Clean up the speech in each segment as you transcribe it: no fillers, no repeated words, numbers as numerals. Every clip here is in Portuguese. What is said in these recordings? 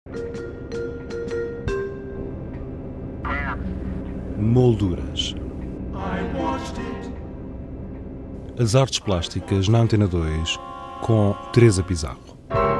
Molduras. As artes plásticas na Antena 2 com Teresa Pizarro.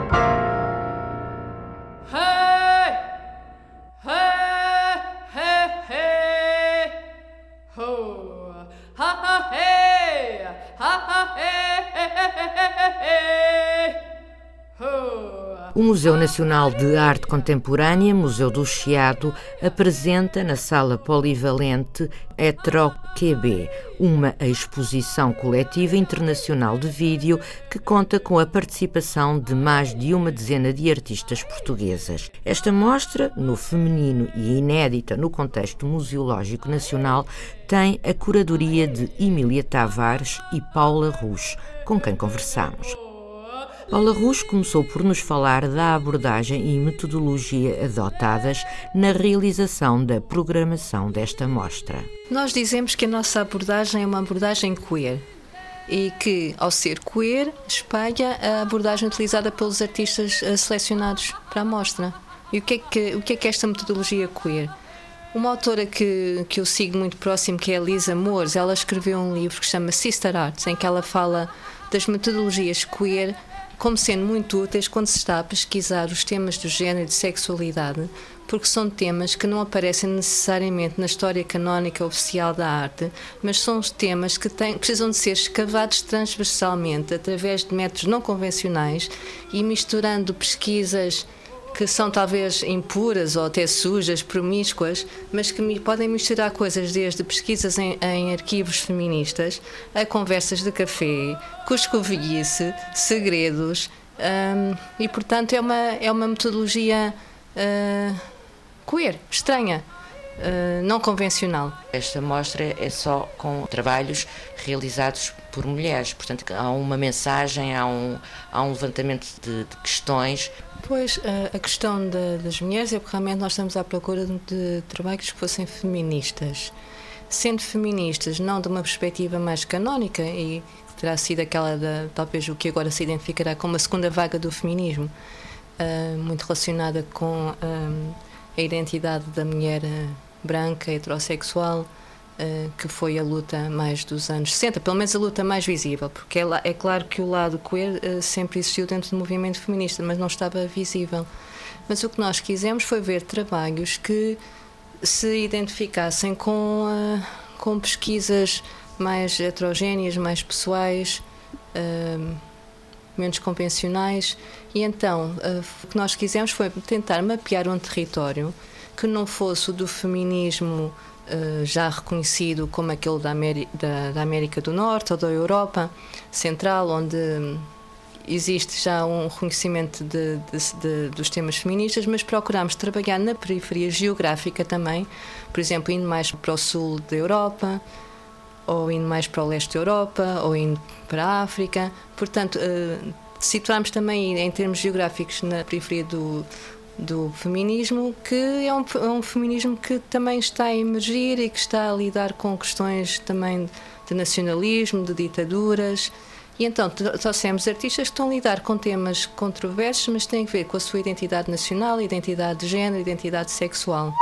O Museu Nacional de Arte Contemporânea, Museu do Chiado, apresenta na Sala Polivalente Etro-QB, uma exposição coletiva internacional de vídeo que conta com a participação de mais de uma dezena de artistas portuguesas. Esta mostra, no feminino e inédita no contexto museológico nacional, tem a curadoria de Emília Tavares e Paula Rus, com quem conversamos. Paula Rus começou por nos falar da abordagem e metodologia adotadas na realização da programação desta mostra. Nós dizemos que a nossa abordagem é uma abordagem queer e que, ao ser queer, espalha a abordagem utilizada pelos artistas selecionados para a mostra. E o que é esta metodologia queer? Uma autora que eu sigo muito próximo, que é a Lisa Moores, ela escreveu um livro que se chama Sister Arts, em que ela fala das metodologias queer como sendo muito úteis quando se está a pesquisar os temas do género e de sexualidade, porque são temas que não aparecem necessariamente na história canónica oficial da arte, mas são temas que precisam de ser escavados transversalmente através de métodos não convencionais e misturando pesquisas que são talvez impuras ou até sujas, promíscuas, mas que podem misturar coisas desde pesquisas em arquivos feministas a conversas de café, cuscovilhice, segredos, e portanto é uma metodologia queer, estranha, não convencional. Esta mostra é só com trabalhos realizados por mulheres, portanto há uma mensagem, há um levantamento de questões. Pois, a questão das mulheres é porque realmente nós estamos à procura de trabalhos que fossem feministas. Sendo feministas, não de uma perspectiva mais canónica, e terá sido aquela talvez o que agora se identificará como a segunda vaga do feminismo, muito relacionada com a identidade da mulher branca, heterossexual, que foi a luta mais dos anos 60, pelo menos a luta mais visível, porque é claro que o lado queer sempre existiu dentro do movimento feminista, mas não estava visível. Mas o que nós quisemos foi ver trabalhos que se identificassem com pesquisas mais heterogéneas, mais pessoais, menos convencionais, e então o que nós quisemos foi tentar mapear um território que não fosse o do feminismo já reconhecido como aquele da América do Norte ou da Europa Central, onde existe já um reconhecimento dos temas feministas, mas procurámos trabalhar na periferia geográfica também, por exemplo, indo mais para o sul da Europa, ou indo mais para o leste da Europa, ou indo para a África. Portanto, situámos também em termos geográficos na periferia do feminismo, que é um feminismo que também está a emergir e que está a lidar com questões também de nacionalismo, de ditaduras. E então trouxemos artistas que estão a lidar com temas controversos, mas têm a ver com a sua identidade nacional, identidade de género, identidade sexual.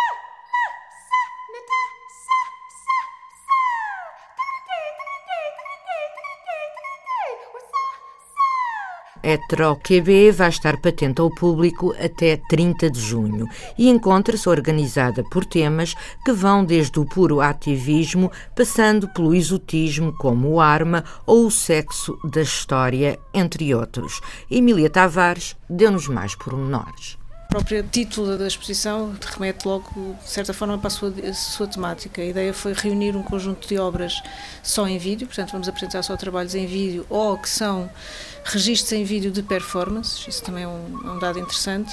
Etro-QB vai estar patente ao público até 30 de junho e encontra-se organizada por temas que vão desde o puro ativismo, passando pelo exotismo como o arma ou o sexo da história, entre outros. Emília Tavares deu-nos mais pormenores. O próprio título da exposição remete logo, de certa forma, para a sua temática. A ideia foi reunir um conjunto de obras só em vídeo, portanto vamos apresentar só trabalhos em vídeo ou que são registros em vídeo de performances, isso também é um dado interessante,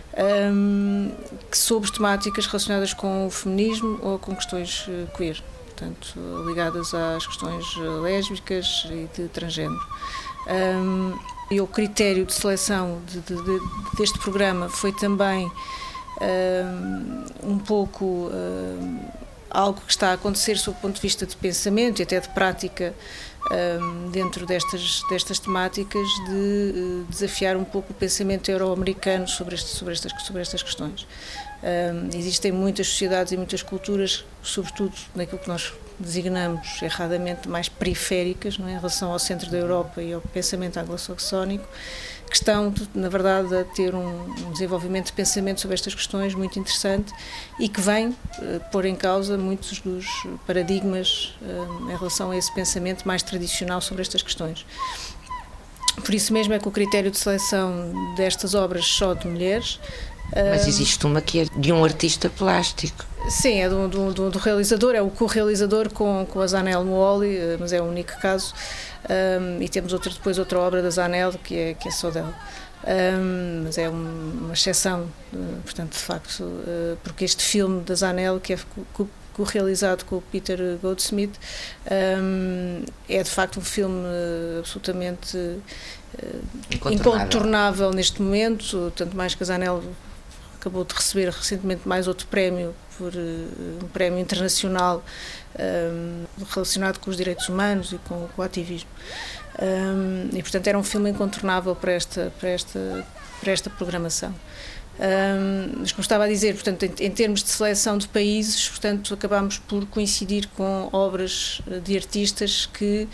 que sobre temáticas relacionadas com o feminismo ou com questões queer, portanto ligadas às questões lésbicas e de transgénero. E o critério de seleção deste programa foi também um pouco algo que está a acontecer sob o ponto de vista de pensamento e até de prática dentro destas temáticas, de desafiar um pouco o pensamento euro-americano sobre estas questões. Existem muitas sociedades e muitas culturas, sobretudo naquilo que nós designamos erradamente mais periféricas, não é, em relação ao centro da Europa e ao pensamento anglo-saxónico, que estão, na verdade, a ter um desenvolvimento de pensamento sobre estas questões muito interessante e que vem pôr em causa muitos dos paradigmas em relação a esse pensamento mais tradicional sobre estas questões. Por isso mesmo é que o critério de seleção destas obras só de mulheres. Mas existe uma que é de um artista plástico. Sim, é do realizador, é o co-realizador com a Zanel Mooli, mas é o único caso. E temos depois outra obra da Zanel, que é só dela. Mas é uma exceção, portanto, de facto, porque este filme da Zanel, que é realizado com o Peter Goldsmith, é de facto um filme absolutamente incontornável neste momento, tanto mais que a Zanel acabou de receber recentemente mais outro prémio, um prémio internacional relacionado com os direitos humanos e com o ativismo. E, portanto, era um filme incontornável para esta programação. Mas, como estava a dizer, portanto, em termos de seleção de países, portanto, acabámos por coincidir com obras de artistas que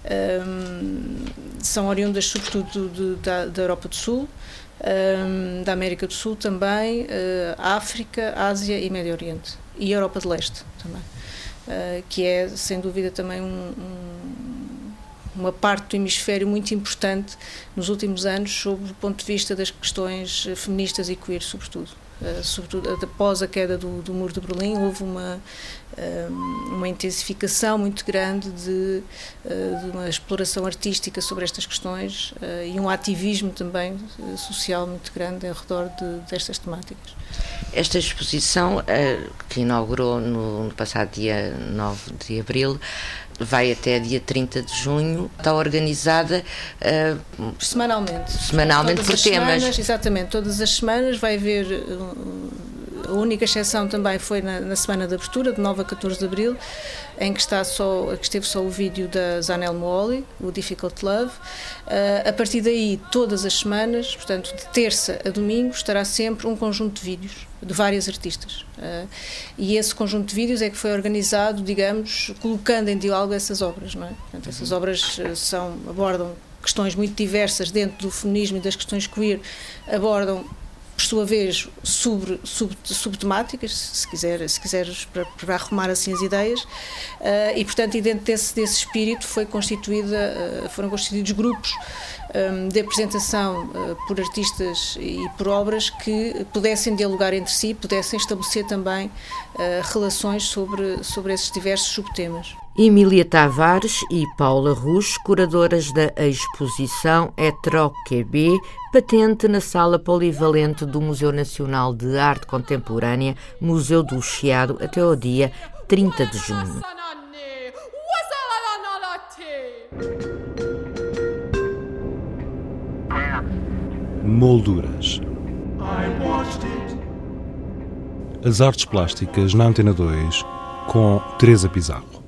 são oriundas, sobretudo, da Europa do Sul, da América do Sul também, África, Ásia e Médio Oriente, e Europa de Leste também, que é, sem dúvida, também uma parte do hemisfério muito importante nos últimos anos, sob o ponto de vista das questões feministas e queer, sobretudo após a queda do Muro de Berlim. Houve uma intensificação muito grande de uma exploração artística sobre estas questões e um ativismo também social muito grande ao redor destas temáticas. Esta exposição, que inaugurou no passado dia 9 de abril, vai até dia 30 de junho, está organizada semanalmente por temas. Exatamente, todas as semanas vai haver. A única exceção também foi na semana de abertura, de 9 a 14 de abril, em que esteve só o vídeo da Zanel Mooli, o Difficult Love. A partir daí, todas as semanas, portanto, de terça a domingo, estará sempre um conjunto de vídeos de várias artistas. E esse conjunto de vídeos é que foi organizado, digamos, colocando em diálogo essas obras, não é? Portanto, essas obras abordam questões muito diversas dentro do feminismo e das questões queer, abordam, por sua vez, subtemáticas, se quiseres para arrumar assim as ideias, e, portanto, dentro desse espírito foram constituídos grupos de apresentação por artistas e por obras que pudessem dialogar entre si, pudessem estabelecer também relações sobre esses diversos subtemas. Emília Tavares e Paula Rus, curadoras da exposição Etroque-B, patente na Sala Polivalente do Museu Nacional de Arte Contemporânea, Museu do Chiado, até ao dia 30 de junho. Molduras. As artes plásticas na Antena 2 com Teresa Pizarro.